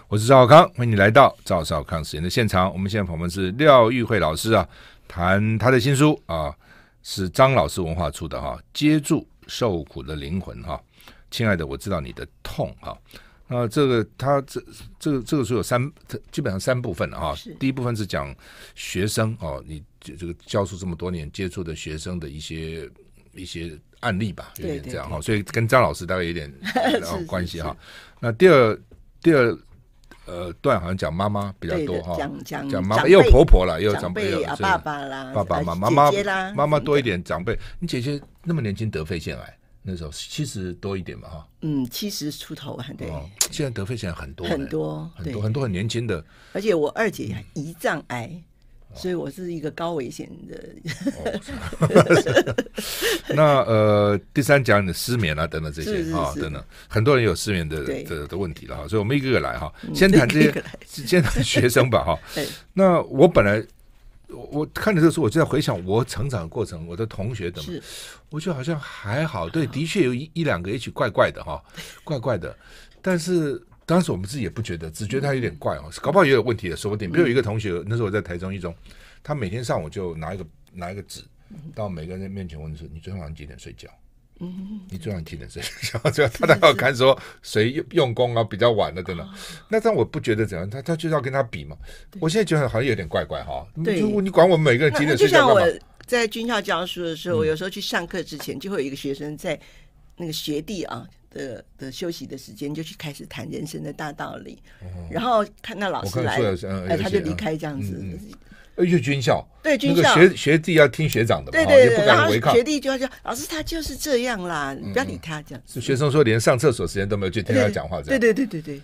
我是赵少康，欢迎你来到赵少康时间的现场。我们现在访问是廖玉慧老师啊，谈他的新书啊，是张老师文化出的哈，接住受苦的灵魂哈。亲爱的，我知道你的痛哈。这个书有基本上三部分哈。第一部分是讲学生哦，你这个教书这么多年接触的学生的一些案例吧，有点这样哈，所以跟张老师大概有点关系哈。那第二段好像讲妈妈比较多哈，讲妈妈也有婆婆啦，也有长辈啊， 爸爸啦， 爸爸妈妈姐姐啦，妈妈多一点，长辈。你姐姐那么年轻得肺腺癌，那时候70多一点嘛哈 ，70出头啊，对。 现在得肺腺癌很多很年轻的， 而且我二姐胰脏癌。所以我是一个高危险的。 那第三讲你的失眠啊等等这些等等，很多人有失眠的问题了哈，所以我们一个个来哈，先谈这些，先谈学生吧哈。那我本来我看了这个书，我就在回想我成长的过程，我的同学等，我觉得好像还好，对，的确有一两个也许怪怪的哈，怪怪的，但是。当时我们自己也不觉得，只觉得他有点怪哦，搞不好也有问题的，说不定。比如有一个同学，那时候我在台中一中，他每天上午就拿一个纸，到每个人面前问说：“你昨天晚上几点睡觉？”你昨天晚上几点睡觉？就他都要看说谁用功啊比较晚了等等。那但我不觉得怎样，他就是要跟他比嘛。我现在觉得好像有点怪怪哈。就你管我们每个人几点睡觉干嘛？ 就像我在军校教书的时候，我有时候去上课之前，就会有一个学生在那个学弟啊。的休息的时间就去开始谈人生的大道理，然后看到老师来，他就离开这样子。 就军校， 对军校， 那个学弟要听学长的嘛， 对， 也不敢违抗。 学弟就要讲，老师他就是这样啦，你不要理他这样。 学生说连上厕所时间都没有去听他讲话，这样。 对，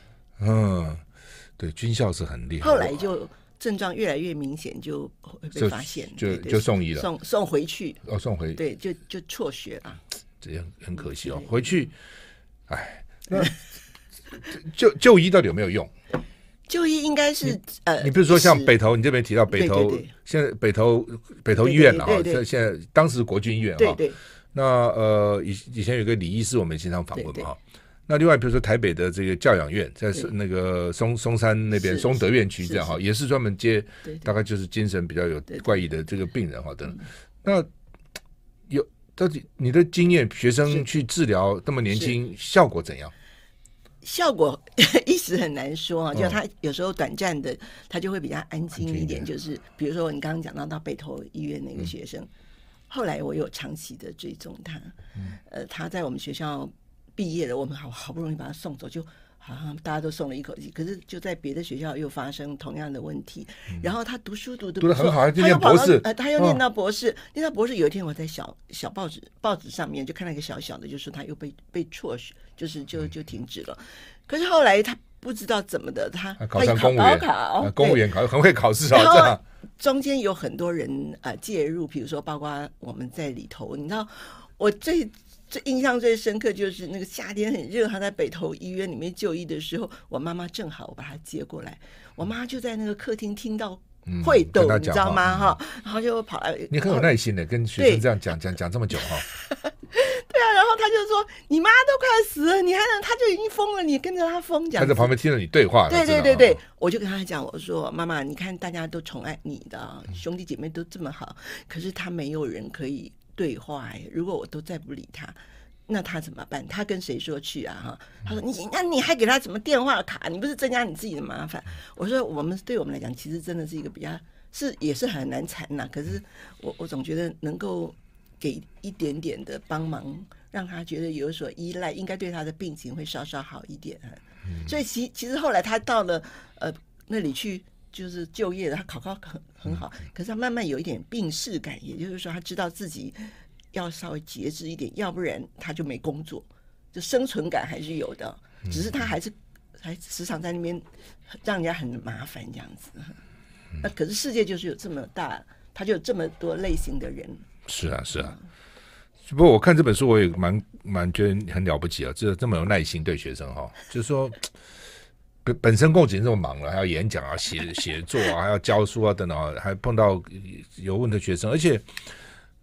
对，军校是很厉害。 后来就症状越来越明显，就会被发现， 就送医了， 送回去。 送回， 对，就辍学了。 这样很可惜哦，回去。那就医到底有没有用？ 就医应该是你比如说像北投，你这边提到北投，现在北投医院了哈，现在当时国军医院哈。那以前有个李医师，我们经常访问嘛哈。那另外比如说台北的这个教养院，在那个松山那边松德院区这样哈，也是专门接大概就是精神比较有怪异的这个病人哈等。那到底你的经验，学生去治疗那么年轻，效果怎样？ 效果一时很难说啊，就他有时候短暂的，他就会比较安静一点。就是比如说你刚刚讲到北投医院那个学生，后来我有长期的追踪他，他在我们学校毕业了，我们好不容易把他送走，就好像大家都松了一口气，可是就在别的学校又发生同样的问题，然后他读书读得很好，他又念博士， 他又念到博士，念到博士。有一天我在小报纸上面就看到一个小小的，就说他又被辍学，就停止了。可是后来他不知道怎么的，他考上公务员，很会考试啊。 然后中间有很多人介入，比如说包括我们在里头，你知道我最印象最深刻就是那个夏天很热，他在北投医院里面就医的时候，我妈妈正好我把他接过来，我妈就在那个客厅听到会斗，你知道吗？哈，然后就跑来。 你很有耐心的跟学生这样讲这么久哈。 对啊，然后他就说：“你妈都快死了，你还能？他就已经疯了，你跟着他疯。” 他在旁边听了你对话。 对，我就跟他讲，我说：“妈妈，你看大家都宠爱你的，兄弟姐妹都这么好，可是他没有人可以。”对话如果我都再不理他，那他怎么办？他跟谁说去啊？哈，他说你还给他什么电话卡？你不是增加你自己的麻烦？我说对我们来讲，其实真的是一个比较也是很难缠呐。可是我总觉得能够给一点点的帮忙，让他觉得有所依赖，应该对他的病情会稍稍好一点。所以其实后来他到了那里去。就是就业的，他考很好，可是他慢慢有一点病逝感，也就是说他知道自己要稍微节制一点，要不然他就没工作，就生存感还是有的，只是他还时常在那边让人家很麻烦这样子。那可是世界就是有这么大，他就有这么多类型的人。 是啊。不过我看这本书，我也蛮觉得很了不起啊，这么有耐心对学生哈，就是说。本身公子已经这么忙了，还要演讲啊、写作啊，还要教书啊等等啊，还碰到有问的学生，而且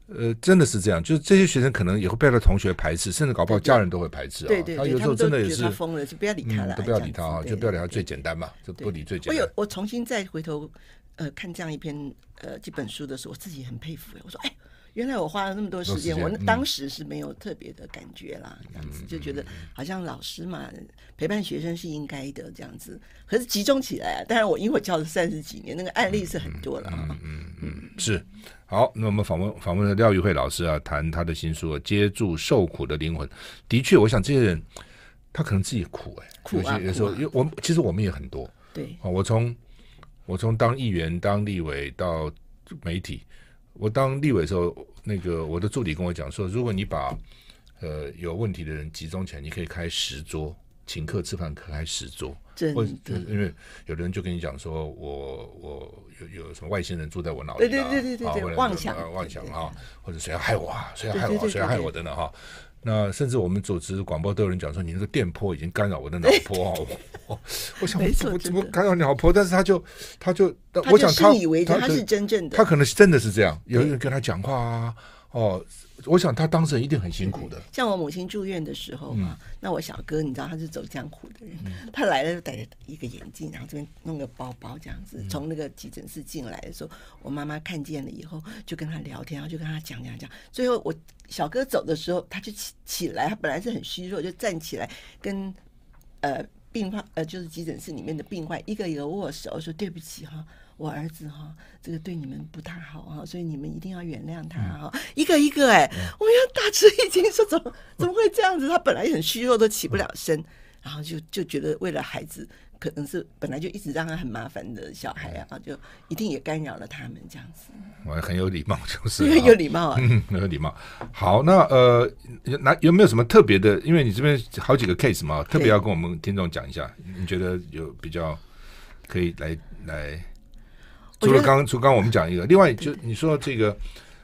真的是这样，就是这些学生可能也会被他的同学排斥，甚至搞不好家人都会排斥啊。 对对对， 他有时候真的也是他疯了，就不要理他了， 都不要理他啊，就不要理他，最简单嘛，就不理最简单。 我重新再回头看这样一篇几本书的时候，我自己很佩服。我说，哎，原来我花了那么多时间，我当时是没有特别的感觉啦，这样子就觉得好像老师嘛，陪伴学生是应该的这样子。可是集中起来啊，当然因为我教了30几年，那个案例是很多了啊。 是。好，那我们访问了廖玉慧老师啊，谈他的新书《接住受苦的灵魂》。的确，我想这些人他可能自己苦苦啊， 有时候因为其实我们也很多。 对， 我从当议员、当立委到媒体，我当立委的时候，那个我的助理跟我讲说，如果你把有问题的人集中起来，你可以开10桌，请客吃饭开10桌。或者因为有的人就跟你讲说，我有什么外星人住在我脑里， 对，妄想啊，或者谁要害我啊，谁要害我等等哈。那甚至我们主持广播都有人讲说，你那个电波已经干扰我的脑波哦。我想怎么干扰脑波？但是他就我想他以为他是真正的， 他可能真的是这样，有人跟他讲话啊，我想他当事人一定很辛苦的。 像我母亲住院的时候嘛，那我小哥你知道他是走江湖的人，他来了就戴着一个眼镜，然后这边弄个包包这样子，从那个急诊室进来的时候，我妈妈看见了以后就跟他聊天，然后就跟他讲，最后我小哥走的时候他就起来，他本来是很虚弱，就站起来跟病患就是急诊室里面的病患一个一个握手，说对不起哈，我儿子哈，这个对你们不太好哈，所以你们一定要原谅他哈。一个一个我要大吃一惊，说怎么会这样子？他本来很虚弱，都起不了身，然后就觉得为了孩子，可能是本来就一直让他很麻烦的小孩啊，就一定也干扰了他们这样子。 我很有礼貌，就是有礼貌啊， 很有礼貌。好，那有没有什么特别的？因为你这边好几个 case 嘛，特别要跟我们听众讲一下，你觉得有比较可以来？除了刚刚我们讲一个，另外就你说这个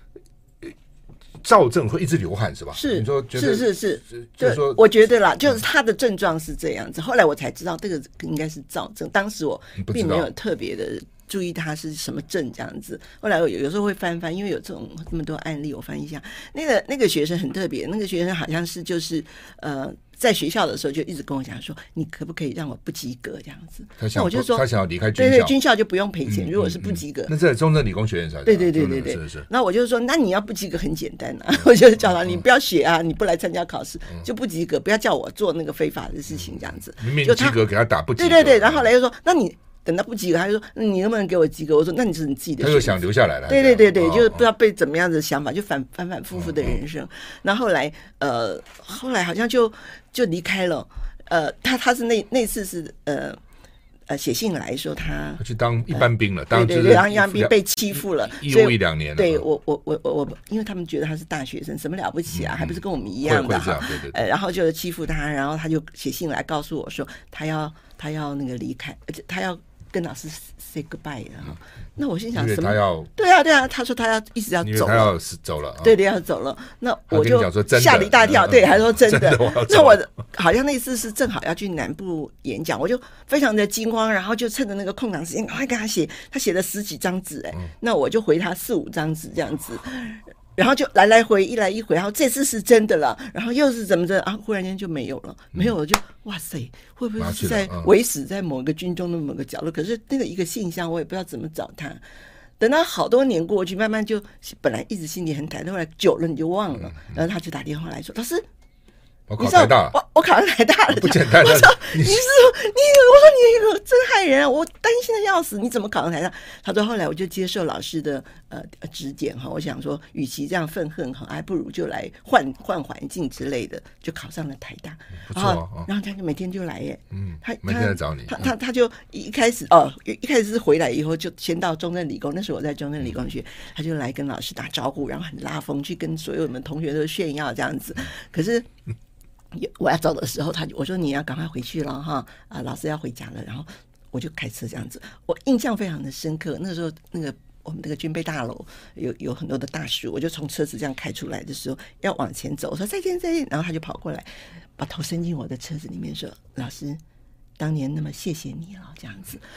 躁症会一直流汗是吧？ 是， 你说是，就是说我觉得啦，就是他的症状是这样子。后来我才知道这个应该是躁症，当时我并没有特别的注意他是什么症这样子。后来我有时候会翻，因为有这么多案例，我翻一下。那个学生很特别，那个学生好像是就是在学校的时候就一直跟我讲说，你可不可以让我不及格这样子？那我就说他想要离开军校， 对，军校就不用赔钱。如果是不及格， 那在中正理工学院才对，是。那我就说，那你要不及格很简单啊，我就叫他你不要学啊，你不来参加考试就不及格，不要叫我做那个非法的事情这样子。 明明及格给他打不及格， 对，然后后来又说，那你等到不及格，他就说你能不能给我及格？我说那你是你自己的选择。 他又想留下来了。 对，就是不知道被怎么样的想法，就反复的人生。然后后来好像就离开了。他是那次是写信来说他去当一般兵了， 对，当一般兵被欺负了， 义务1-2年了。 对我，因为他们觉得他是大学生，什么了不起啊，还不是跟我们一样的哈。 对， 然后就欺负他，然后他就写信来告诉我说他要那个离开，而且他要跟老师 say goodbye 的哈。那我心想什么？对啊，他说他要一直要走了， 他要走了， 对，要走了。那我就吓了一大跳，对，还说真的。那我好像那次是正好要去南部演讲，我就非常的惊慌，然后就趁着那个空档时间赶快跟他写，他写了10几张纸，那我就回他4、5张纸这样子。然后就来回一来一回，然后这次是真的了，然后又是怎么着啊？忽然间就没有了，没有了就哇塞，会不会是在围死在某个军中的某个角落？可是那个一个信箱我也不知道怎么找他。等到好多年过去，慢慢就本来一直心里很忐忑，后来久了你就忘了，然后他就打电话来说：“老师。” 我考台大， 我考上台大了， 不简单。 我说我说你真害人啊！我担心的要死，你怎么考上台大？他说后来我就接受老师的指点哈，我想说，与其这样愤恨哈，还不如就来换环境之类的，就考上了台大。 不错， 然后他就每天就来耶， 他每天来找你。 他就一开始是回来以后就先到中正理工，那时候我在中正理工学，他就来跟老师打招呼，然后很拉风，去跟所有我们同学都炫耀这样子。可是我要走的时候，我说你要赶快回去了哈，老师要回家了，然后我就开车这样子，我印象非常的深刻。那时候我们这个军备大楼有很多的大树，我就从车子这样开出来的时候要往前走，我说再见，然后他就跑过来，把头伸进我的车子里面说：“老师，当年那么谢谢你了。”这样子，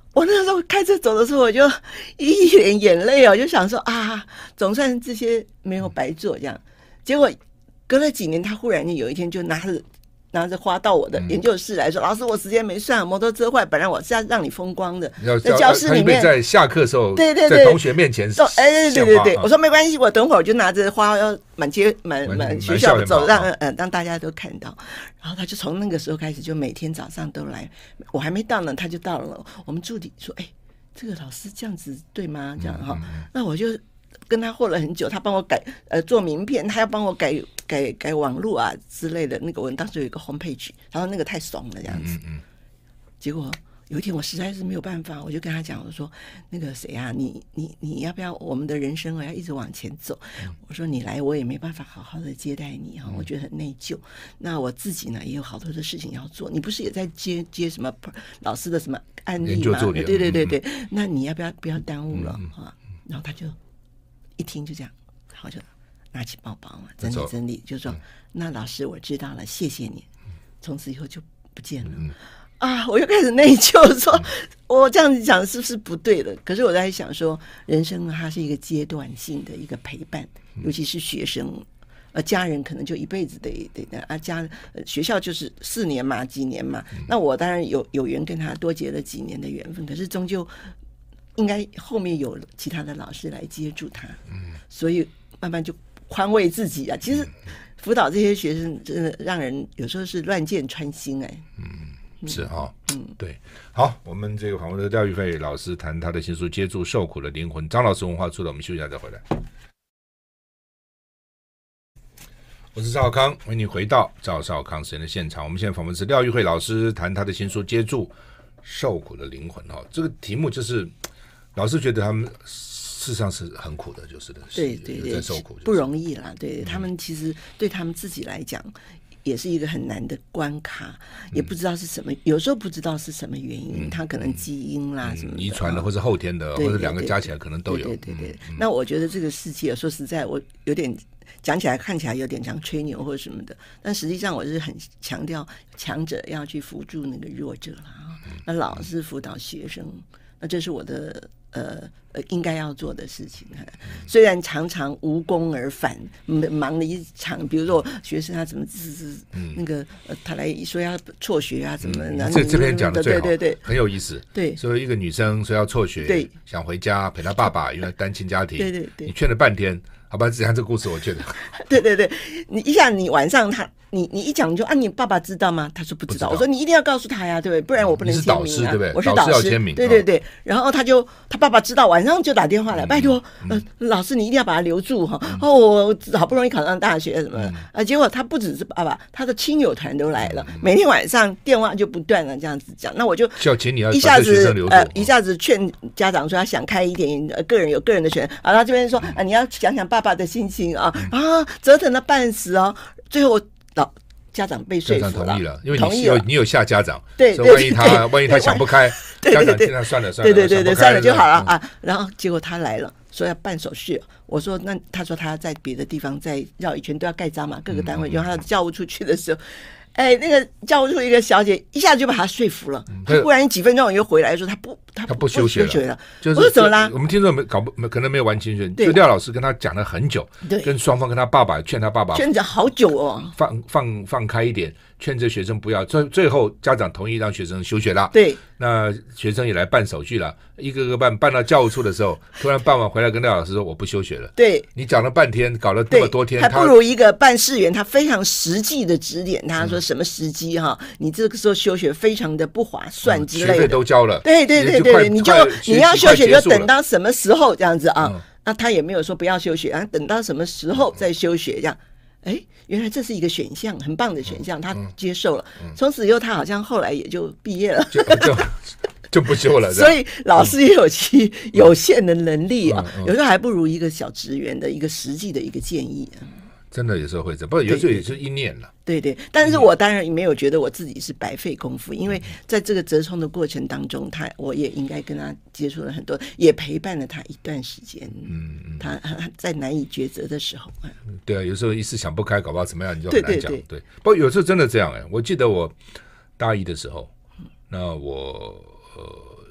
我那时候开车走的时候，我就一脸眼泪哦，就想说啊，总算这些没有白做这样。结果隔了几年，他忽然有一天就拿着花到我的研究室来说：“老师，我时间没算，摩托车坏，本来我是要让你风光的，在教室里面， 在下课的时候，对，在同学面前， 对，我说没关系，我等会儿就拿着花要满学校走，让大家都看到。然后他就从那个时候开始，就每天早上都来，我还没到呢，他就到了。我们助理说：‘哎，这个老师这样子对吗？’这样哈，那我就跟他和了很久，他帮我改做名片，他要帮我改网络啊之类的。那个我当时有一个 homepage， 然后那个太怂了这样子。结果有一天我实在是没有办法，我就跟他讲，我说那个谁啊，你要不要我们的人生要一直往前走？我说你来我也没办法好好的接待你哈，我觉得很内疚。那我自己呢也有好多的事情要做，你不是也在接什么老师的什么案例吗？对，那你要不要耽误了啊？然后他就一听就这样，然后就拿起包包嘛，整理，就说那老师我知道了，谢谢你。从此以后就不见了。我又开始内疚，说我这样子讲是不是不对的？可是我在想说，人生它是一个阶段性的一个陪伴，尤其是学生，家人可能就一辈子得学校就是4年嘛，几年嘛。那我当然有缘跟他多结了几年的缘分，可是终究应该后面有其他的老师来接住他，所以慢慢就宽慰自己啊。其实辅导这些学生真的让人有时候是乱箭穿心是哈，对，好，我们这个访问的廖玉芾老师谈他的新书《接住受苦的灵魂》，张老师文化出的，我们休息一下再回来。我是赵少康，欢迎你回到赵少康时间的现场。我们现在访问是廖玉芾老师谈他的新书《接住受苦的灵魂》这个题目就是老师觉得他们事实上是很苦的，就是的， 对， 在受苦， 不容易啦。对，他们其实对他们自己来讲。也是一个很难的关卡，也不知道是什么，有时候不知道是什么原因，他可能基因啦什么遗传的，或是后天的，或者两个加起来可能都有。 对。那我觉得这个世界说实在，我有点讲起来看起来有点像吹牛或者什么的，但实际上我是很强调强者要去扶助那个弱者啦。那老师辅导学生，那这是我的应该要做的事情。虽然常常无功而返，忙了一场，比如说学生他怎么那个他来说要辍学啊，怎么这边讲的最好， 对， 很有意思。对，说一个女生说要辍学，对，想回家陪她爸爸，因为单亲家庭，对，你劝了半天。好吧，只看这个故事，我觉得。对，你晚上你一讲就你爸爸知道吗？他说不知道。我说你一定要告诉他呀，对不对？不然我不能签名啊。 你是导师对不对？ 我是导师要签名。 对。然后他爸爸知道，晚上就打电话来，拜托，老师你一定要把他留住哈。我好不容易考上大学什么结果他不只是爸爸，他的亲友团都来了，每天晚上电话就不断了这样子讲。那我就请你要一下子一下子劝家长说要想开一点，个人有个人的权。他这边说你要想想爸爸的心情折腾了半死最后家长被说服了， 同意了，因为你有下家长， 对， 万一他想不开，家长现在算了， 对，算了就好了然后结果他来了，说要办手续，我说那他说他要在别的地方再绕一圈，都要盖章嘛，各个单位，然后他教务处去的时候。那个教务处一个小姐一下就把他说服了，他忽然几分钟又回来说他不休学了。我说怎么啦？ 我们听众可能没有完清楚，就廖老师跟他讲了很久，跟双方跟他爸爸劝他爸爸劝着好久放开一点，劝这学生不要。最后家长同意让学生休学了。 对， 那学生也来办手续了，一个个办到教务处的时候，突然办完回来跟廖老师说我不休学了。 对， 你讲了半天，搞了这么多天， 还不如一个办事员，他非常实际的指点他说什么时机你这个时候休学非常的不划算之类的， 学费都交了。 对，你要休学就等到什么时候这样子那他也没有说不要休学等到什么时候再休学这样。原来这是一个选项，很棒的选项，他接受了。从此以后，他好像后来也就毕业了， 就不休了。 所以老师也有其有限的能力有时候还不如一个小职员的一个实际的一个建议真的有时候会这样，不过有时候也是一念了。 对，但是我当然没有觉得我自己是白费功夫，因为在这个折冲的过程当中，我也应该跟他接触了很多，也陪伴了他一段时间。他在难以抉择的时候， 对啊，有时候一时想不开，搞不好怎么样你就很难讲。对，不过有时候真的这样我记得我大一的时候，那我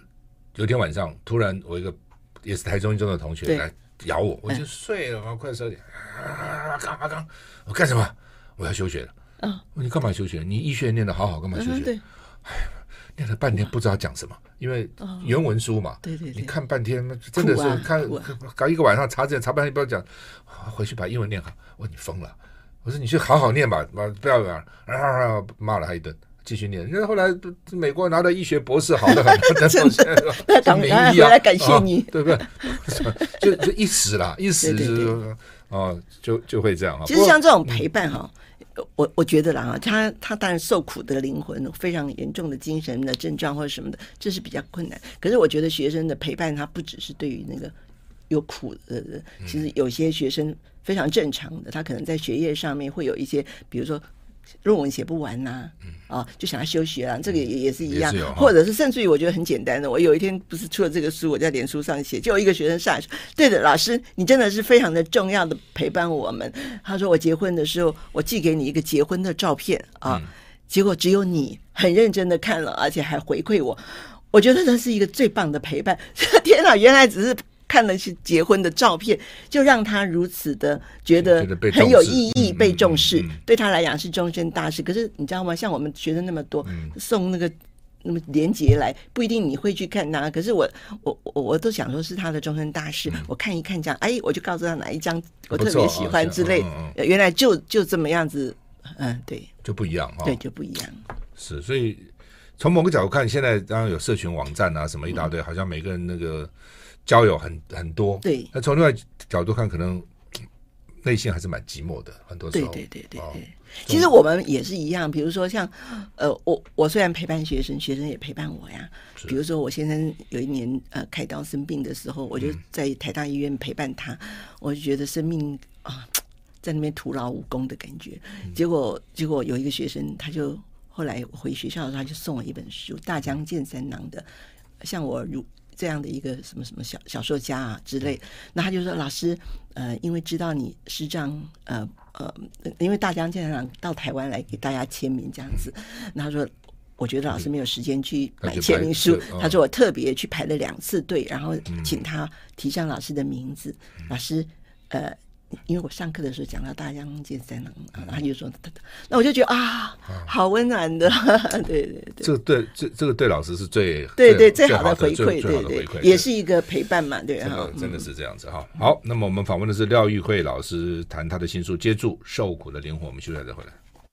有天晚上突然我一个也是台中一中的同学来咬我，我就睡了，快12点，刚我干什么？我要休学了。你干嘛休学？你医学念得好好，干嘛休学？ 对， 念了半天不知道讲什么，因为原文书嘛， 对， 你看半天真的是看搞一个晚上查字典查半天不要讲，回去把英文念好。我说你疯了，我说你去好好念吧，不要骂了他一顿。继续念，那后来美国拿到医学博士，好的很， 那名医啊，来感谢你， 对不对？就一时啦，一时就会这样。 其实像这种陪伴哈，我觉得啦，他当然受苦的灵魂，非常严重的精神的症状或者什么的，这是比较困难。可是我觉得学生的陪伴，他不只是对于那个有苦的，其实有些学生非常正常的，他可能在学业上面会有一些，比如说论文写不完呐，就想要休学啊，这个也是一样，或者是甚至于我觉得很简单的，我有一天不是出了这个书，我在脸书上写，就有一个学生上来说，对的，老师，你真的是非常的重要的陪伴我们。他说我结婚的时候，我寄给你一个结婚的照片啊，结果只有你很认真的看了，而且还回馈我，我觉得这是一个最棒的陪伴。天哪，原来只是看了是结婚的照片，就让他如此的觉得很有意义，被重视，对他来讲是终身大事。可是你知道吗？像我们学生那么多，送那么连结来，不一定你会去看他。可是我都想说是他的终身大事，我看一看这样，我就告诉他哪一张我特别喜欢之类。原来就这么样子，对， 就不一样对，就不一样。 是，所以从某个角度看，现在当然有社群网站啊，什么一大堆，好像每个人那个交友很多， 对。 那从另外角度看，可能内心还是蛮寂寞的，很多时候。 对。其实我们也是一样，比如说像我虽然陪伴学生，学生也陪伴我呀。比如说我先生有一年开刀生病的时候，我就在台大医院陪伴他，我就觉得生命在那边徒劳无功的感觉。结果有一个学生，他就后来回学校的时候，他就送我一本书，大江健三郎的，像我这样的一个什么什么小说家啊之类，那他就说老师，因为知道你师长，因为大江健三郎到台湾来给大家签名这样子，那他说我觉得老师没有时间去买签名书，他说我特别去排了2次队，然后请他提上老师的名字，老师因为我上课的时候讲到大江健三郎，他就说，那我就觉得好温暖的，对。 这个对老师是最好的回馈，对，也是一个陪伴嘛，对啊， 真的是这样子哈。好，那么我们访问的是廖玉慧老师，谈他的新书《接住受苦的灵魂》，我们休息再回来。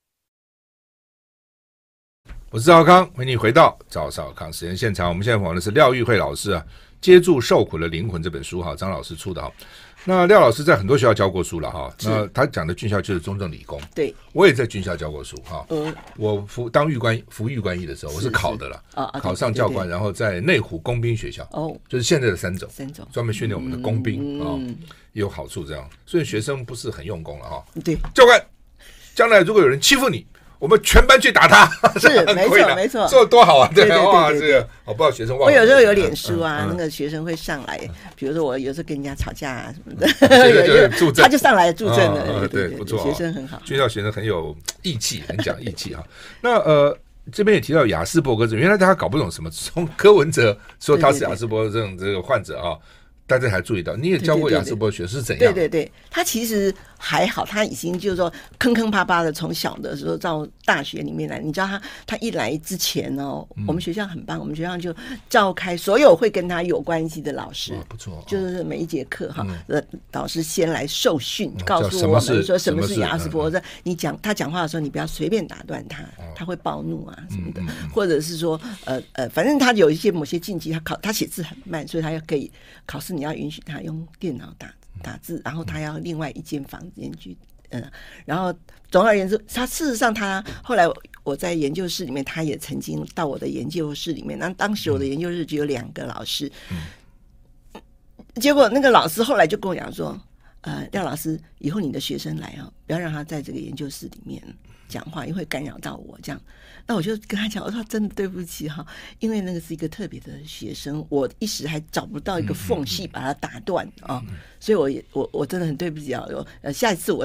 我是赵少康，欢迎你回到赵少康实验现场。我们现在访问的是廖玉慧老师啊，《接住受苦的灵魂》这本书哈，张老师出的哈。那廖老师在很多学校教过书了哈，那他讲的军校就是中正理工， 对， 我也在军校教过书哈。我当狱官役的时候，我是考的了，考上教官，然后在内湖工兵学校，就是现在的三种，专门训练我们的工兵也有好处这样，所以学生不是很用功了哈。 对， 教官，将来如果有人欺负你，我们全班去打他， 是没错， 做多好啊！对，哇，这个我不知道学生忘了。 我有时候有脸书啊，那个学生会上来，比如说我有时候跟人家吵架啊什么的，他就上来助阵了。对， 不错， 学生很好， 军校学生很有义气，很讲义气哈。那这边也提到亚斯伯格症，原来大家搞不懂什么，从柯文哲说他是亚斯伯格症这个患者啊。大家还注意到，你也教过亚斯伯格学是怎样？ 对，他其实还好，他已经就是说坑坑巴巴的，从小的时候到大学里面来。你知道他一来之前我们学校很棒，我们学校就召开所有会跟他有关系的老师， 不错， 就是每一节课老师先来受训，告诉我们说什么是亚斯伯格症。他讲话的时候，你不要随便打断他，他会暴怒啊什么的，或者是说反正他有某些禁忌，他写字很慢，所以他要可以考试。你要允许他用电脑打字，然后他要另外一间房间去，然后总而言之，事实上他后来我在研究室里面，他也曾经到我的研究室里面。那当时我的研究室只有2个老师，结果那个老师后来就跟我讲说，廖老师，以后你的学生来不要让他在这个研究室里面讲话，因为会干扰到我这样。那我就跟他讲，我说真的对不起因为那个是一个特别的学生，我一时还找不到一个缝隙把他打断所以我真的很对不起下一次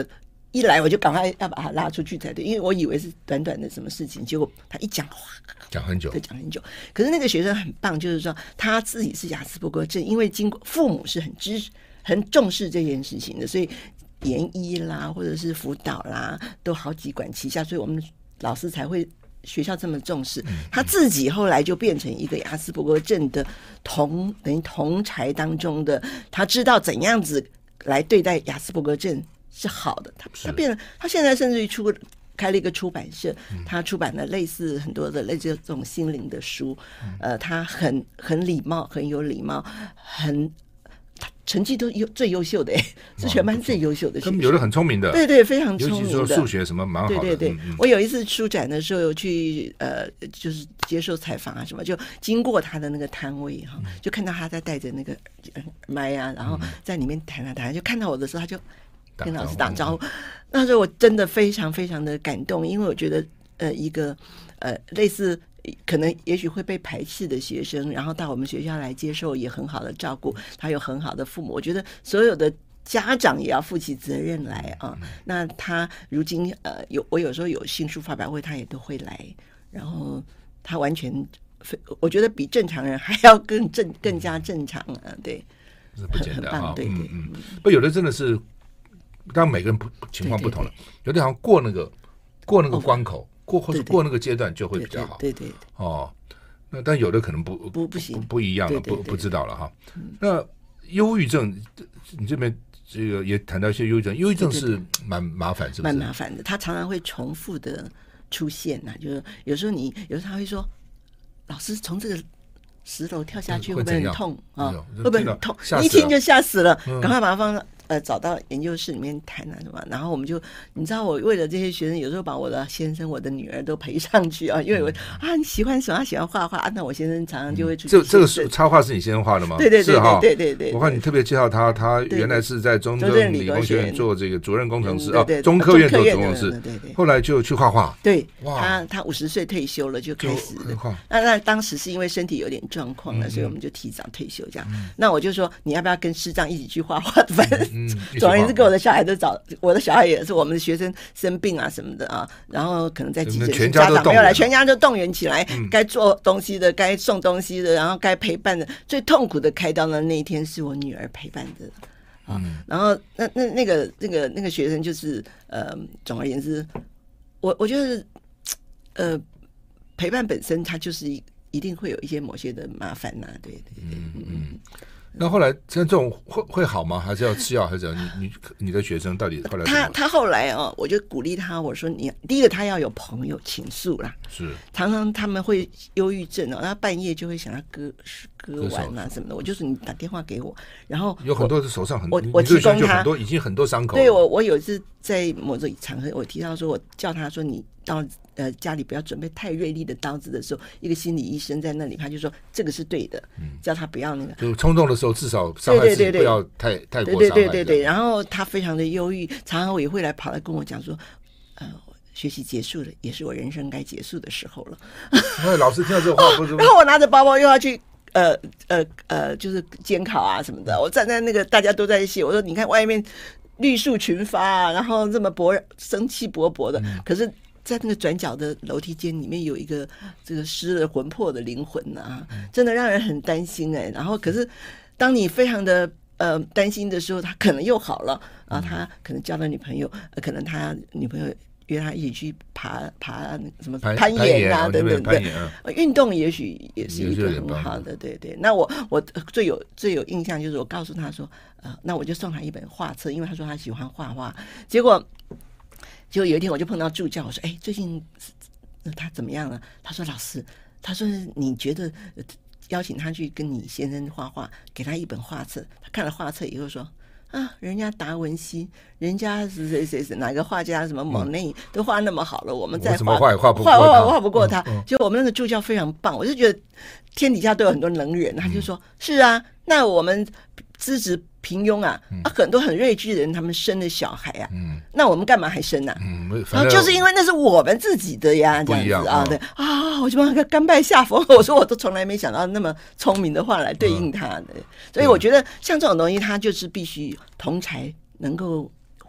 一来我就赶快要把他拉出去才对，因为我以为是短短的什么事情，结果他一讲话讲很久， 对，讲很久。可是那个学生很棒，就是说他自己是亚斯伯格症，因为经过父母是很重视这件事情的，所以研医啦或者是辅导啦都好几管齐下，所以我们老师才会学校这么重视。他自己后来就变成一个亚斯伯格症的等于同侪当中的，他知道怎样子来对待亚斯伯格症是好的。他现在甚至于开了一个出版社，他出版了类似很多的类似这种心灵的书。他很礼貌，很有礼貌，成绩都最优秀的，是全班最优秀的学生， 有的很聪明的， 对对，非常聪明的， 尤其是数学什么蛮好的。 对对对，我有一次书展的时候有去就是接受采访啊什么，就经过他的那个摊位哈，就看到他在带着那个麦啊，然后在里面弹啊弹，就看到我的时候他就跟老师打招呼。那时候我真的非常非常的感动，因为我觉得一个类似可能也许会被排斥的学生，然后到我们学校来接受也很好的照顾，他有很好的父母，我觉得所有的家长也要负起责任来啊。那他如今我有时候有新书发表会，他也都会来，然后他完全我觉得比正常人还要更加正常啊，对， 是不简单啊， 对对， 不有的真的是，当然每个人情况不同了，有的好像过那个关口。或者过那个阶段就会比较好， 对对哦，那但有的可能不行， 不一样了，不知道了哈。那忧郁症，你这边这个也谈到一些忧郁症，忧郁症是蛮麻烦，是不是？ 蛮麻烦的，它常常会重复的出现呐，就是有时候他会说，老师从这个10楼跳下去会不会很痛啊？会不会很痛？你一听就吓死了，赶快把它放找到研究室里面谈啊什么，然后我们就你知道我为了这些学生，有时候把我的先生、我的女儿都陪上去啊，因为你喜欢什么？他喜欢画画，那我先生常常就会出去。 这个插画是你先生画的吗？ 对对对， 是哈， 对对对。 我看你特别介绍他原来是在中正理工学院做这个主任工程师中科院做主任工程师，后来就去画画。 对，他50岁退休了，就开始那当时是因为身体有点状况了，所以我们就提早退休这样。那我就说你要不要跟师长一起去画画？反正总而言之，跟我的小孩都我的小孩也是我们的学生生病啊什么的啊，然后可能在急诊室家长没有来，全家就动员起来，该做东西的，该送东西的，然后该陪伴的。最痛苦的开刀的那一天是我女儿陪伴的啊，然后那个学生就是总而言之，我觉得陪伴本身它就是一定会有一些某些的麻烦呐，对对对， 那后来像这种会好吗？还是要吃药？还是要你的学生到底后来他后来我就鼓励他，我说你第一个他要有朋友倾诉啦， 是常常他们会忧郁症他半夜就会想要割腕啊什么的，我就说你打电话给我，然后有很多手上我提供他已经很多伤口。 对，我有一次在某种场合我提到说，我叫他说你到家里不要准备太锐利的刀子的时候，一个心理医生在那里，他就说这个是对的，叫他不要那个， 就冲动的时候至少伤害自己不要太过伤害。 对。然后他非常的忧郁，常常也会来跑来跟我讲说，学习结束了，也是我人生该结束的时候了。 那老师听到这话不是？ 然后我拿着包包又要去就是监考啊什么的，我站在那个大家都在写，我说你看外面绿树群发啊，然后这么生气勃勃的，可是在那个转角的楼梯间里面有一个这个失了魂魄的灵魂啊，真的让人很担心然后可是当你非常的担心的时候，他可能又好了啊，他可能交了女朋友，可能他女朋友约他一起去爬什么攀岩啊等等的，运动也许也是一个很好的，对对。那我最有印象就是我告诉他说，那我就送他一本画册，因为他说他喜欢画画。结果有一天我就碰到助教，我说最近他怎么样了？他说老师，他说你觉得邀请他去跟你先生画画，给他一本画册，他看了画册以后说。人家达文西，人家是谁哪个画家什么蒙内都画那么好了，我们再画不过他。就我们那个助教非常棒，我就觉得天底下都有很多能人，他就说是啊，那我们资质平庸很多很睿智的人他们生了小孩那我们干嘛还生然后就是因为那是我们自己的呀，这样子对我就把他甘拜下风。我说我都从来没想到那么聪明的话来对应他的，所以我觉得像这种东西它就是必须同侪能够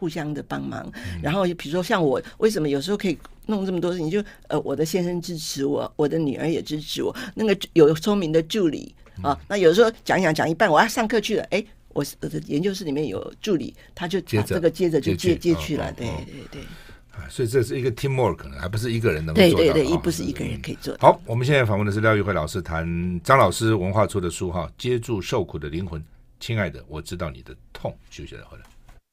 互相的帮忙。然后比如说像我为什么有时候可以弄这么多事情，就我的先生支持我，我的女儿也支持我，那个有聪明的助理啊，那有时候讲一半，我要上课去了，我的研究室里面有助理，他就把这个接着就接去了，对对对。 所以这是一个 teamwork， 可能还不是一个人能够做到。 对对对，不是一个人可以做到。 好，我们现在访问的是廖玉慧老师，谈张老师文化出的书哈，接住受苦的灵魂。亲爱的，我知道你的痛。休息了回来。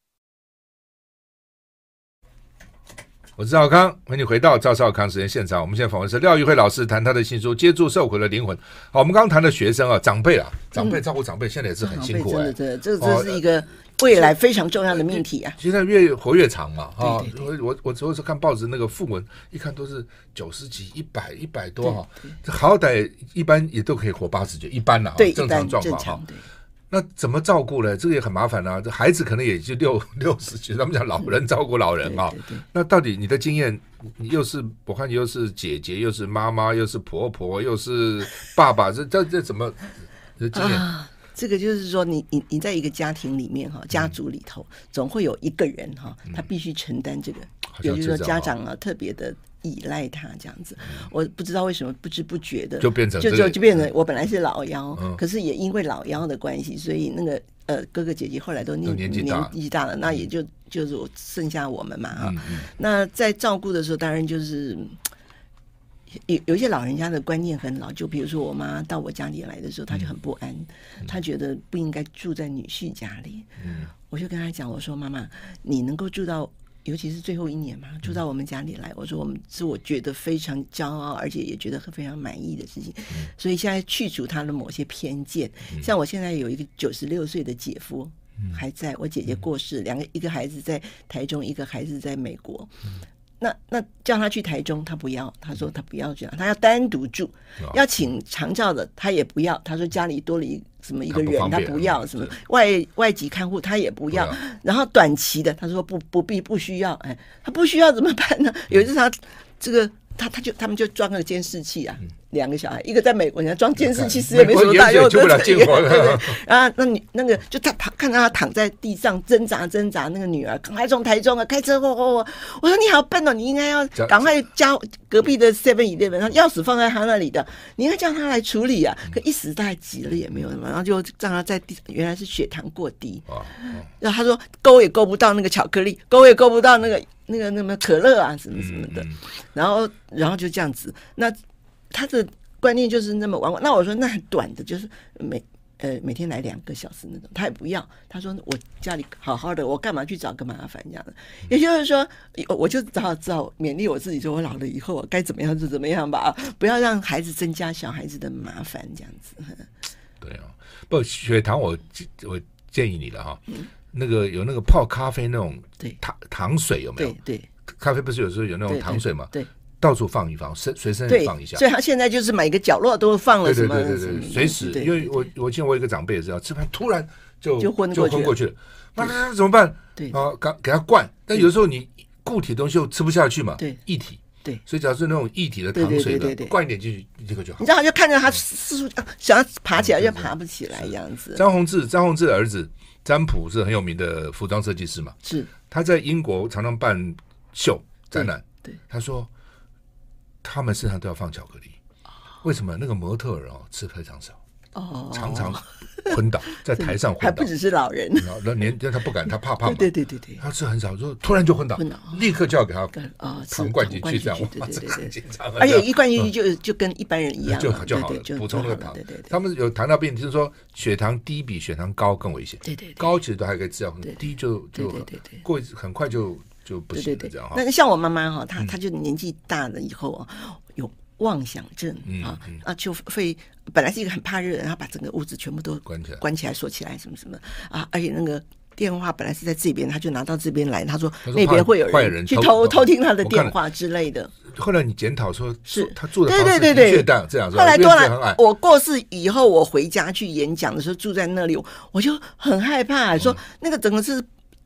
我是赵康，欢迎你回到赵少康时间现场。我们现在访问是廖玉慧老师，谈他的新书《接住受苦的灵魂》。好，我们刚刚谈的学生啊，长辈照顾长辈，现在也是很辛苦真的，这是一个未来非常重要的命题啊。 现在越活越长嘛， 对我昨天看报纸那个讣文，一看都是90几、100多哈，这好歹一般也都可以活80几，一般啦，正常状况哈。那怎么照顾呢？这个也很麻烦啊。这孩子可能也就60几，他们讲老人照顾老人啊。那到底你的经验，你我看你又是姐姐，又是妈妈，又是婆婆，又是爸爸，这怎么的经验？ 这个就是说你在一个家庭里面哈，家族里头总会有一个人哈，他必须承担这个，也就是说家长啊特别的依赖他这样子。我不知道为什么不知不觉的就变成我本来是老幺，可是也因为老幺的关系，所以那个哥哥姐姐后来都年纪大了，那也就是我剩下我们嘛哈。那在照顾的时候，当然就是有一些老人家的观念很老，就比如说我妈到我家里来的时候，她就很不安，她觉得不应该住在女婿家里。我就跟她讲，我说妈妈，你能够住到，尤其是最后1年嘛，住到我们家里来，我说我觉得非常骄傲，而且也觉得非常满意的事情。所以现在去除她的某些偏见，像我现在有一个96岁的姐夫还在，我姐姐过世，一个孩子在台中，一个孩子在美国。那叫他去台中，他不要，他说他不要这样，他要单独住，要请长照的他也不要，他说家里多了一个人，他不要什么外籍看护他也不要，然后短期的他说不需要，他不需要怎么办呢？有一次他这个他们就装了监视器啊，2个小孩，一个在美国，人家装监视器是也没什么大用， 救不了进火的。 啊，那个就他看到他躺在地上挣扎，那个女儿赶快从台中开车我说你好笨哦，你应该要赶快叫隔壁的 7-11， 钥匙放在他那里的，你应该叫他来处理啊。可一时太急了也没有什么，然后就让他在地，原来是血糖过低，然后他说勾也勾不到那个巧克力，勾也勾不到那个可乐啊什么什么的，然后就这样子。那他的观念就是那么玩。那我说那很短的，就是每天来2个小时那种，他也不要。他说我家里好好的，我干嘛去找个麻烦这样的？也就是说，我就只好勉励我自己，说我老了以后我该怎么样就怎么样吧，不要让孩子增加小孩子的麻烦这样子。 对啊，不血糖我建议你了哈。那个有那个泡咖啡那种糖水有没有？对，咖啡不是有时候有那种糖水嘛？对，到处放一放，随身放一下。 所以他现在就是每个角落都放了什么？ 对，随时。因为我见我一个长辈也是要吃饭，突然就昏过去了，那怎么办？对啊，给他灌。但有时候你固体东西又吃不下去嘛，对，液体。对，所以只要是那种液体的糖水的，灌一点进去，这个就好。 你知道，他就看着他四处想要爬起来，又爬不起来这样子。 张宏志的儿子詹普是很有名的服装设计师嘛，是他在英国常常办秀展览。对，他说他们身上都要放巧克力，为什么？那个模特儿吃非常少，常常昏倒在台上昏倒， 还不只是老人， 他不敢，他怕胖嘛， 对， 他吃很少，说突然就昏倒，立刻就要给他糖灌进去，这样很紧张， 而且一灌进去就跟一般人一样就好了，补充那个糖。他们有糖尿病，就是说血糖低比血糖高更危险，对，高其实都还可以治疗，低就过很快就不行了，这样。 那像我妈妈哈，她就年纪大了以后有妄想症就会本来是一个很怕热的人，然后把整个屋子全部都关起来锁起来什么什么啊，而且那个电话本来是在这边，他就拿到这边来，他说那边会有人去偷听他的电话之类的。 后来你检讨说是他住的房子的确这样， 后来多了我过世以后，我回家去演讲的时候住在那里，我就很害怕，说那个整个是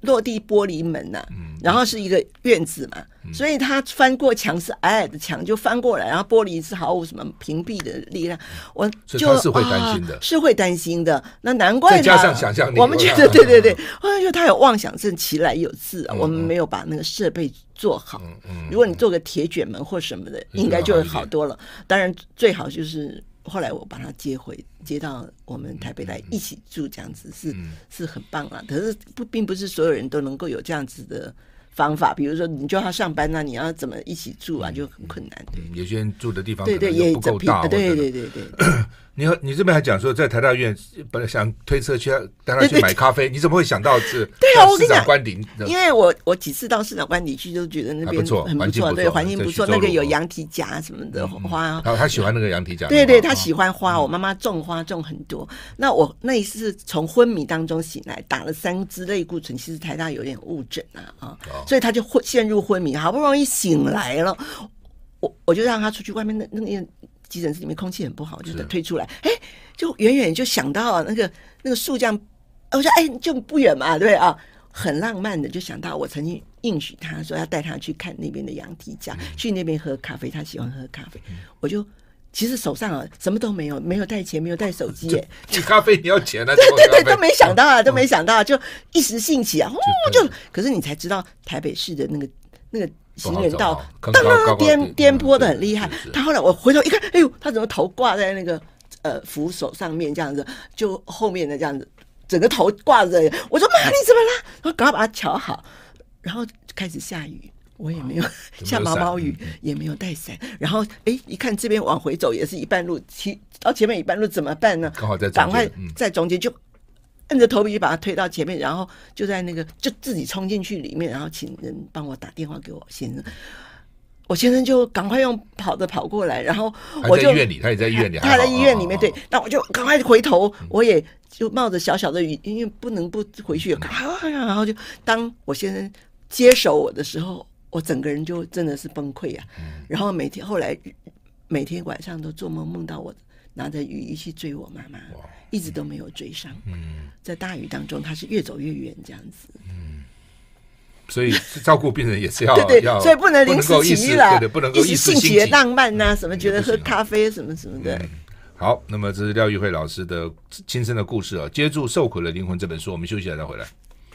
落地玻璃门呐、然后是一个院子嘛，所以他翻过墙是矮矮的墙就翻过来，然后玻璃是毫无什么屏蔽的力量，我就所以他是会担心的， 是会担心的。那难怪再加上想象力， 我们觉得对，我觉得他有妄想症，其来有自啊。我们没有把那个设备做好。如果你做个铁卷门或什么的，应该就会好多了。当然最好就是后来我把他接到我们台北来一起住，这样子是很棒啦。可是并不是所有人都能够有这样子的方法，比如说你叫他上班你要怎么一起住啊，就很困难。 有些人住的地方对也不够大， 对。 你这边还讲说，在台大医院本来想推车去带他去买咖啡，你怎么会想到这？ 对啊，我跟你讲， 官邸， 因为我几次到市长官邸去，都觉得那边很不错，对，环境不错，那个有羊蹄甲什么的花。 他喜欢那个羊蹄甲， 对，他喜欢花。我妈妈种花种很多。那我那一次从昏迷当中醒来，打了3支类固醇，其实台大有点误诊所以他就陷入昏迷，好不容易醒来了，我就让他出去外面那个急诊室里面空气很不好，就推出来，就远远就想到那个树这样，我说就不远嘛，对啊，很浪漫的就想到我曾经应许他说要带他去看那边的羊蹄甲，去那边喝咖啡，他喜欢喝咖啡，我就其实手上什么都没有，没有带钱，没有带手机耶。 咖啡你要钱啊？ 对，都没想到都没想到，就一时兴起就可是你才知道台北市的那个行人道颠簸的很厉害。他后来我回头一看，哎呦，他怎么头挂在那个扶手上面这样子，就后面的这样子，整个头挂着。我说妈，你怎么啦？我赶快把它瞧好，然后开始下雨。我也没有下毛毛雨，也没有带伞，然后一看这边往回走也是一半路，到前面一半路怎么办呢？ 刚好在赶快在中间就摁着头皮把它推到前面，然后就在那个就自己冲进去里面，然后请人帮我打电话给我先生。我先生就赶快用跑过来，然后我就他也在医院里， 他在医院里面，对，那我就赶快回头，我也就冒着小小的雨，因为不能不回去，然后就当我先生接手我的时候，我整个人就真的是崩溃啊！然后后来每天晚上都做梦，梦到我拿着雨衣去追我妈妈，一直都没有追上。在大雨当中，他是越走越远这样子。 所以照顾病人也是要对，所以不能临时起意啦， 不能够一时兴起的浪漫啊，什么觉得喝咖啡什么什么的。 好，那么这是廖玉慧老师的亲身的故事接住受苦的灵魂这本书，我们休息了再回来。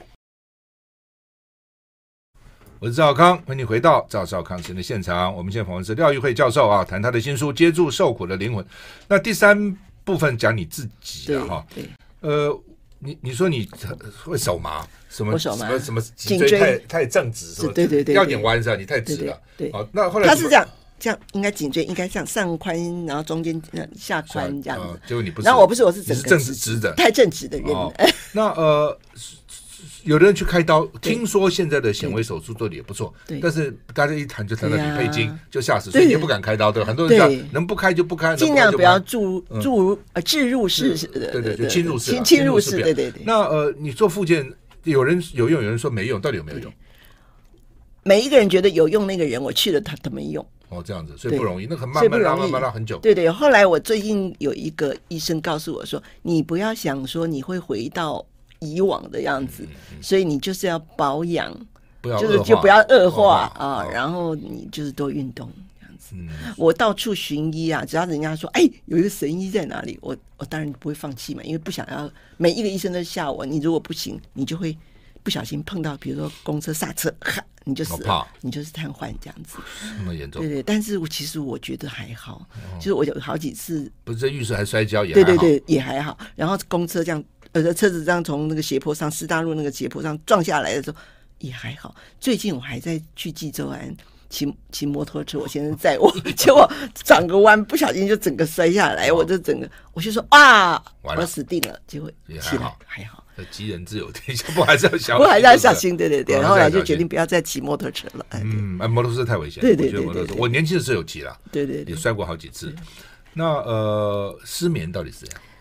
我是赵康，欢迎你回到赵康时间的现场。我们现在访问是廖玉慧教授谈他的新书《接住受苦的灵魂》。那第3部分讲你自己你说你会手麻，什么颈椎太正直，什么对， 要点弯是吧？你太直了。 对， 那后来他是这样应该颈椎应该这样上宽，然后中间下宽这样子。 结果你不是， 然后我不是，我是整个正直的， 太正直的人。 那有的人去开刀，听说现在的显微手术做的也不错，但是大家一谈就谈到理配筋，就吓死，所以你也不敢开刀，对吧？很多人讲能不开就不开， 尽量不要置入式， 对，就侵入式， 侵入式，对。 那你做复健，有人有用，有人说没用，到底有没有用？ 每一个人觉得有用，那个人我去了他没用。 这样子，所以不容易，那很慢慢拉很久。 对，后来我最近有一个医生告诉我说，你不要想说你会回到以往的样子，所以你就是要保养，就不要恶化然后你就是多运动这样子。我到处寻医只要人家说有一个神医在哪里，我当然不会放弃嘛，因为不想要每一个医生都吓我，你如果不行，你就会不小心碰到比如说公车刹车，你就死了，你就是瘫痪这样子， 那么严重。 对，但是其实我觉得还好，就是我有好几次不是在浴室还摔跤也还好， 对也还好。然后公车这样车子这样从那个斜坡上师大路那个斜坡上撞下来的时候也还好。最近我还在去济州安骑摩托车，我先生载我，结果转个弯不小心就整个摔下来，我就说我死定了，结果起来还好。 吉人自有天相，不还是要小心？ 不还是要小心，对。后来就决定不要再骑摩托车了。 摩托车太危险。 对， 我年轻的时候有骑了， 对， 也摔过好几次。那失眠到底是怎样？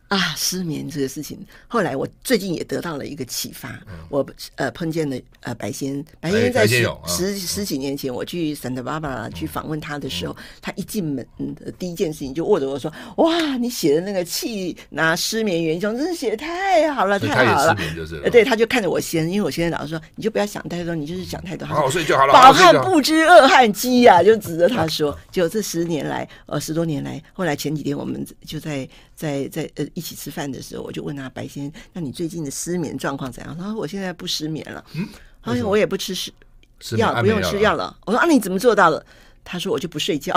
失眠这个事情，后来我最近也得到了一个启发。我碰见了白先在十几年前，我去 Santa Barbara 去访问他的时候，他一进门的第一件事情就握着我说：“哇，你写的那个气拿失眠元凶，真是写得太好了，太好了。”对，他就看着我先生，因为我先生老是说：“你就不要想太多，你就是想太多。” 好好睡就好了。 饱汉不知饿汉饥呀，就指着他说。就这10多年来，后来前几天我们就在一起吃饭的时候，我就问他白先生，那你最近的失眠状况怎样？他说我现在不失眠了，他说我也不吃药，不用吃药了。我说你怎么做到的？他说我就不睡觉。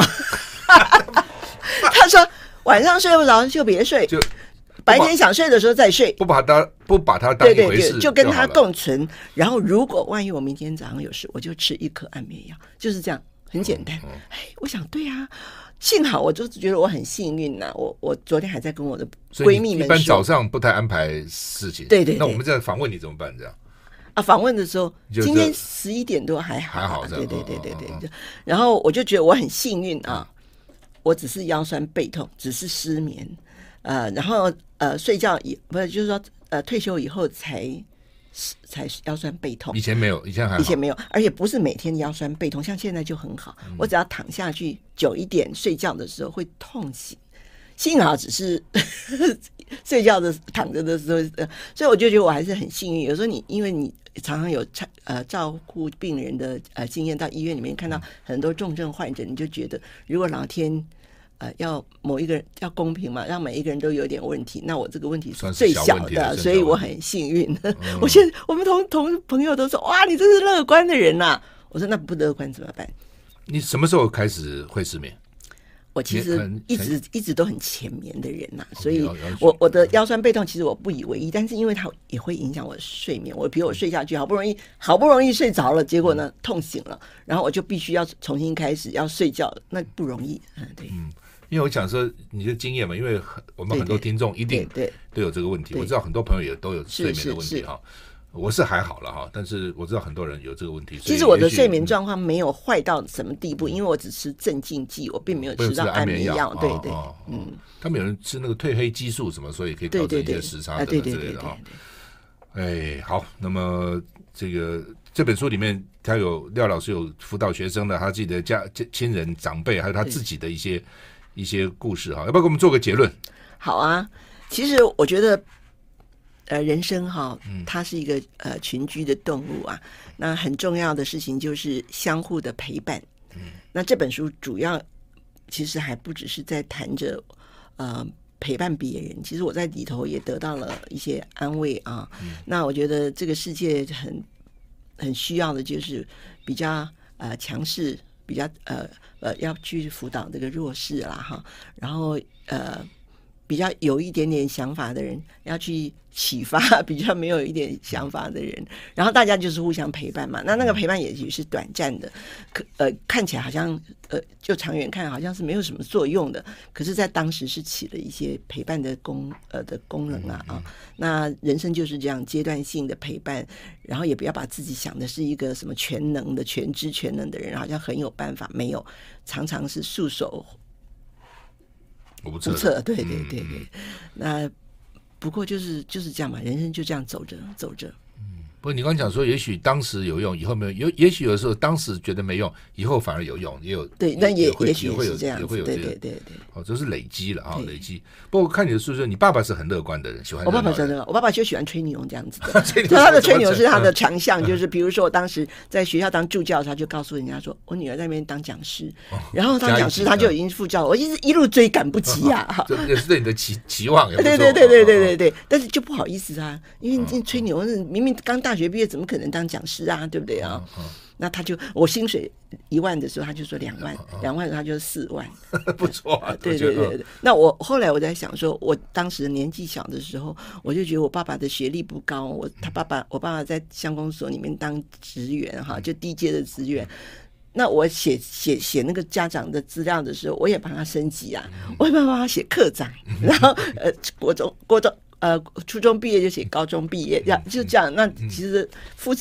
他说晚上睡不着就别睡，白天想睡的时候再睡， 不把它当一回事， 对，就跟他共存。然后如果万一我明天早上有事，我就吃1颗安眠药，就是这样，很简单。我想对啊。幸好我就觉得我很幸运呐、我昨天还在跟我的闺蜜们说， 一般早上不太安排事情， 对， 那我们这样访问你怎么办？这样访问的时候，今天11点多还好，对，然后我就觉得我很幸运啊，我只是腰酸背痛，只是失眠，然后睡觉不是就是说退休以后才腰酸背痛， 以前没有，以前没有，而且不是每天腰酸背痛，像现在就很好。我只要躺下去久一点，睡觉的时候会痛醒，幸好只是睡觉的躺着的时候，所以我就觉得我还是很幸运。有时候因为你常常有照顾病人的经验，到医院里面看到很多重症患者，你就觉得如果老天要某一个人要公平嘛，让每一个人都有点问题，那我这个问题是最小的，所以我很幸运。我们同朋友都说哇，你真是乐观的人呐！我说那不乐观怎么办？ 你什么时候开始会失眠？ 我其实一直都很浅眠的人呐，所以我的腰酸背痛其实我不以为意，但是因为它也会影响我睡眠。比如我睡下去，好不容易睡着了，结果呢痛醒了，然后我就必须要重新开始要睡觉，那不容易。对。 因为我讲说你的经验嘛，因为我们很多听众一定都有这个问题，我知道很多朋友也都有睡眠的问题哈。我是还好了哈，但是我知道很多人有这个问题。 其实我的睡眠状况没有坏到什么地步，因为我只吃镇静剂，我并没有吃到安眠药。对， 他们有人吃那个褪黑激素什么，所以可以调整一些时差等等之类的哈。好，那么这本书里面，他廖老师有辅导学生的，他自己的亲人长辈，还有他自己的一些故事哈，要不要给我们做个结论？ 好啊，其实我觉得人生哈，它是一个群居的动物啊。那很重要的事情就是相互的陪伴。那这本书主要其实还不只是在谈着陪伴别人，其实我在里头也得到了一些安慰啊。那我觉得这个世界很需要的就是比较强势，比较要去辅导这个弱势啦哈，然后比较有一点点想法的人要去启发比较没有一点想法的人，然后大家就是互相陪伴嘛。那个陪伴也许是短暂的，看起来好像就长远看好像是没有什么作用的，可是在当时是起了一些陪伴的功能啊。那人生就是这样阶段性的陪伴，然后也不要把自己想的是一个什么全能的全知全能的人，好像很有办法，没有，常常是束手无策。对。那不过就是这样嘛，人生就这样走着。 不过你刚刚讲说，也许当时有用，以后没有，也许有的时候当时觉得没用，以后反而有用，也有对，那也许会有这样，也会有这个对。 这是累积了啊，累积。不过看你的书说，你爸爸是很乐观的人，喜欢。 我爸爸真的，我爸爸就喜欢吹牛这样子的。他的吹牛是他的强项，就是比如说我当时在学校当助教，他就告诉人家说，我女儿在那边当讲师，然后当讲师他就已经副教，我一路追赶不及啊。 这也是对你的期望。 对，但是就不好意思啊，因为你吹牛，明明刚大学毕业，怎么可能当讲师啊？对不对啊？那我薪水1万的时候，他就说2万，2万他就4万， 不错啊。 对。那我后来我在想说，我当时年纪小的时候，我就觉得我爸爸的学历不高，我爸爸在乡公所里面当职员哈，就低阶的职员。那我写那个家长的资料的时候，我也帮他升级啊，我也帮他写科长，然后国中初中毕业就写高中毕业，就这样。那其实父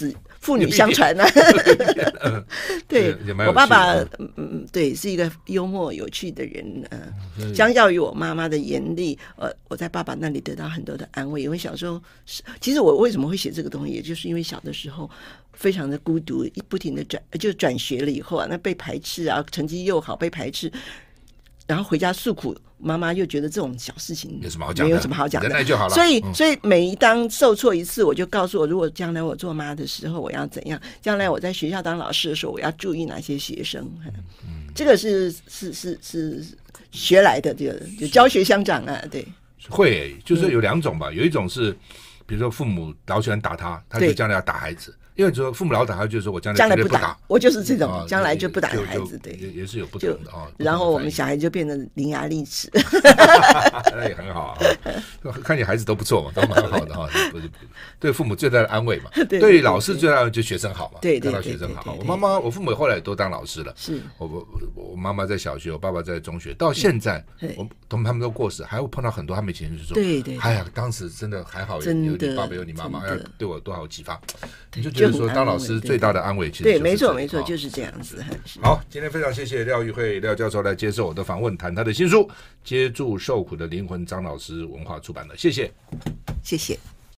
父女相传啊。对，我爸爸对是一个幽默有趣的人，相较于我妈妈的严厉，我在爸爸那里得到很多的安慰。因为小时候，其实我为什么会写这个东西，也就是因为小的时候非常的孤独，不停的转学了以后啊，那被排斥啊，成绩又好被排斥，然后回家诉苦，妈妈又觉得这种小事情有什么好讲的， 没有什么好讲的， 忍耐就好了。 所以每一当受挫一次，我就告诉我，如果将来我做妈的时候，我要怎样？将来我在学校当老师的时候，我要注意哪些学生？这个是学来的，这个就教学相长啊，对。 会，就是有两种吧，有一种是，比如说父母老喜欢打他，他就将来要打孩子。因为说父母老打他，就是说我将来不打， 我就是这种，将来就不打孩子，对， 也是有不同的啊。 然后我们小孩就变得伶牙俐齿， 那也很好啊。看你孩子都不错嘛，都蛮好的哈。对父母最大的安慰嘛，对老师最大的安慰就学生好嘛，看到学生好。我父母后来都当老师了，是我妈妈在小学，我爸爸在中学，到现在他们都过世，还会碰到很多他们以前就说，对，哎呀，当时真的还好，有你爸爸有你妈妈，要对我多好启发，你就觉得说当老师最大的安慰其实对，没错，就是这样子。 好，今天非常谢谢廖玉慧廖教授来接受我的访问，谈他的新书《接住受苦的灵魂》，张老师文化出版的，谢谢。